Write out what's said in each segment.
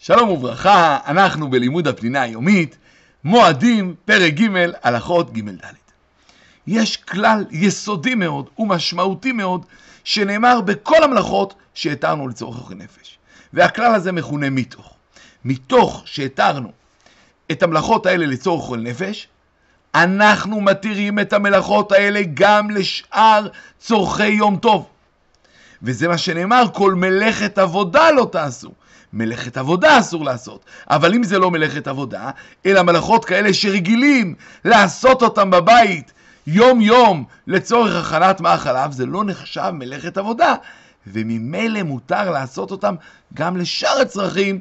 שלום וברכה, אנחנו בלימוד הפנינה היומית, מועדים, פרק ג' הלכות ג' ד'. יש כלל יסודי מאוד ומשמעותי מאוד שנאמר בכל המלאכות שהתרנו לצורך אוכל נפש. והכלל הזה מכונה מתוך. מתוך שהתרנו את המלאכות האלה לצורך אוכל נפש, אנחנו מתירים את המלאכות האלה גם לשאר צורכי יום טוב. וזה מה שנאמר, כל מלאכת עבודה לא תעשו. מלאכת עבודה אסור לעשות. אבל אם זה לא מלאכת עבודה, אלא מלאכות כאלה שרגילים לעשות אותם בבית יום יום לצורך הכנת מאכליו, זה לא נחשב מלאכת עבודה. וממילא מותר לעשות אותם גם לשאר הצרכים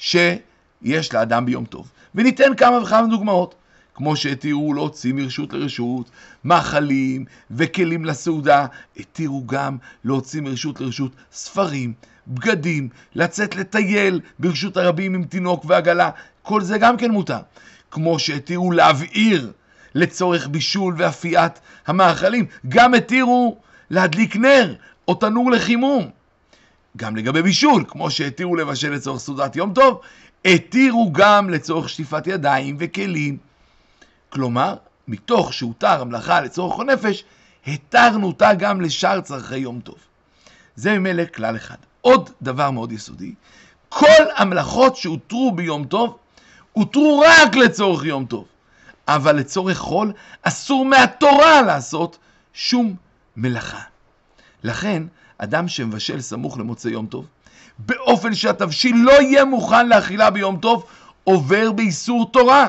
שיש לאדם ביום טוב. וניתן כמה וכמה דוגמאות. כמו שהתירו להוציא מרשות לרשות, מאכלים וכלים לסעודה, התירו גם להוציא מרשות לרשות ספרים, בגדים, לצאת לטייל ברשות הרבים עם תינוק ועגלה, כל זה גם כן מותר. כמו שהתירו להבעיר לצורך בישול ואפיית המאכלים, גם התירו להדליק נר או תנור לחימום. גם לגבי בישול, כמו שהתירו לבשל לצורך סעודת יום טוב, התירו גם לצורך שטיפת ידיים וכלים. כלומר, מתוך שהותר המלאכה לצורך נפש, התרנו אותה גם לשאר צרכי יום טוב. זה ממילא כלל אחד. עוד דבר מאוד יסודי, כל המלאכות שהותרו ביום טוב, הותרו רק לצורך יום טוב. אבל לצורך חול, אסור מהתורה לעשות שום מלאכה. לכן, אדם שמבשל סמוך למוצא יום טוב, באופן שהתבשיל לא יהיה מוכן לאכילה ביום טוב, עובר באיסור תורה.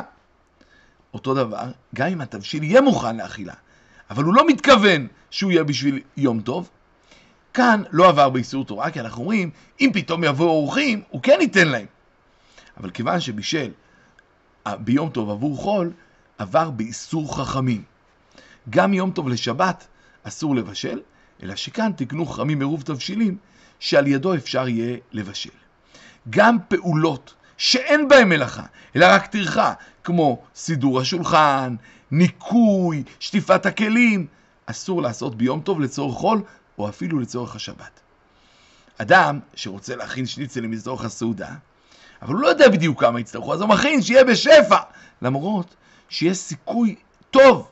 אותו דבר, גם אם התבשיל יהיה מוכן לאכילה, אבל הוא לא מתכוון שהוא יהיה בשביל יום טוב, כאן לא עבר באיסור תורה, כי אנחנו אומרים, אם פתאום יבואו אורחים, הוא כן ייתן להם. אבל כיוון שבישל ביום טוב עבור חול, עבר באיסור חכמים. גם יום טוב לשבת אסור לבשל, אלא שכאן תקנו חכמים מרוב תבשילים, שעל ידו אפשר יהיה לבשל. גם פעולות שאין בהם מלאכה, אלא רק טרחה, כמו סידור השולחן, ניקוי, שטיפת הכלים, אסור לעשות ביום טוב לצורך חול, או אפילו לצורך השבת. אדם שרוצה להכין שניצלים לצורך הסעודה, אבל הוא לא יודע בדיוק כמה יצטרכו, אז הוא מכין שיהיה בשפע, למרות שיש סיכוי טוב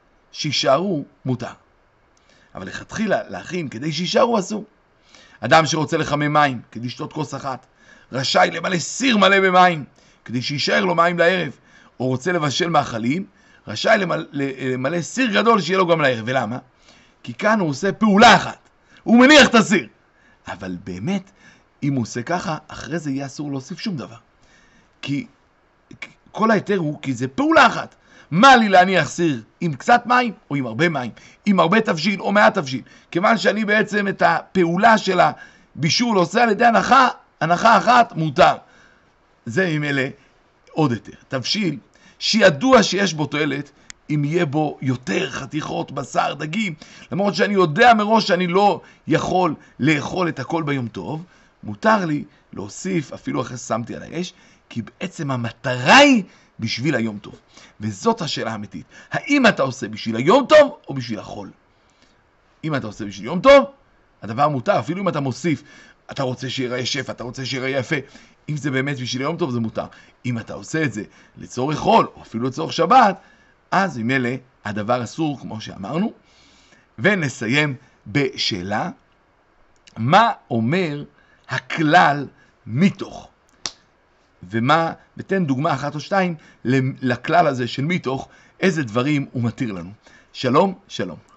שישארו מותר. אבל לכתחילה להכין כדי שישארו אסור. אדם שרוצה לחמם מים כדי לשתות כוס אחת, רשאי למלא סיר מלא במים כדי שישאר לו מים לערב, או רוצה לבשל מאכלים, רשאי למלא סיר גדול שיהיה לו גם לערב. ולמה? כי כאן הוא עושה פעולה אחת, הוא מניח את הסיר. אבל באמת, אם הוא עושה ככה, אחרי זה יהיה אסור להוסיף שום דבר. כי כל היתר הוא, כי זה פעולה אחת. מה לי להניח סיר עם קצת מים או עם הרבה מים, עם הרבה תבשיל או מעט תבשיל? כיוון שאני בעצם את הפעולה של הבישול עושה על ידי הנחה אחת, מותר. זה עם אלה עוד יותר. תבשיל שידוע שיש בו תועלת, אם יהיה בו יותר חתיכות, בשר, דגים, למרות שאני יודע מראש שאני לא יכול לאכול את הכל ביום טוב, מותר לי להוסיף אפילו אחרי ששמתי על האש, כי בעצם המטרה היא בשביל היום טוב. וזאת השאלה האמיתית. האם אתה עושה בשביל היום טוב או בשביל החול? אם אתה עושה בשביל יום טוב, הדבר מותר, אפילו אם אתה מוסיף, אתה רוצה שיראה שפע, אתה רוצה שיראה יפה. אם זה באמת בשביל יום טוב, זה מותר. אם אתה עושה את זה לצורך חול, או אפילו לצורך שבת, אז ממילא הדבר אסור, כמו שאמרנו. ונסיים בשאלה, מה אומר הכלל מתוך? ותן דוגמה אחת או שתיים לכלל הזה של מתוך, איזה דברים הוא מתיר לנו. שלום, שלום.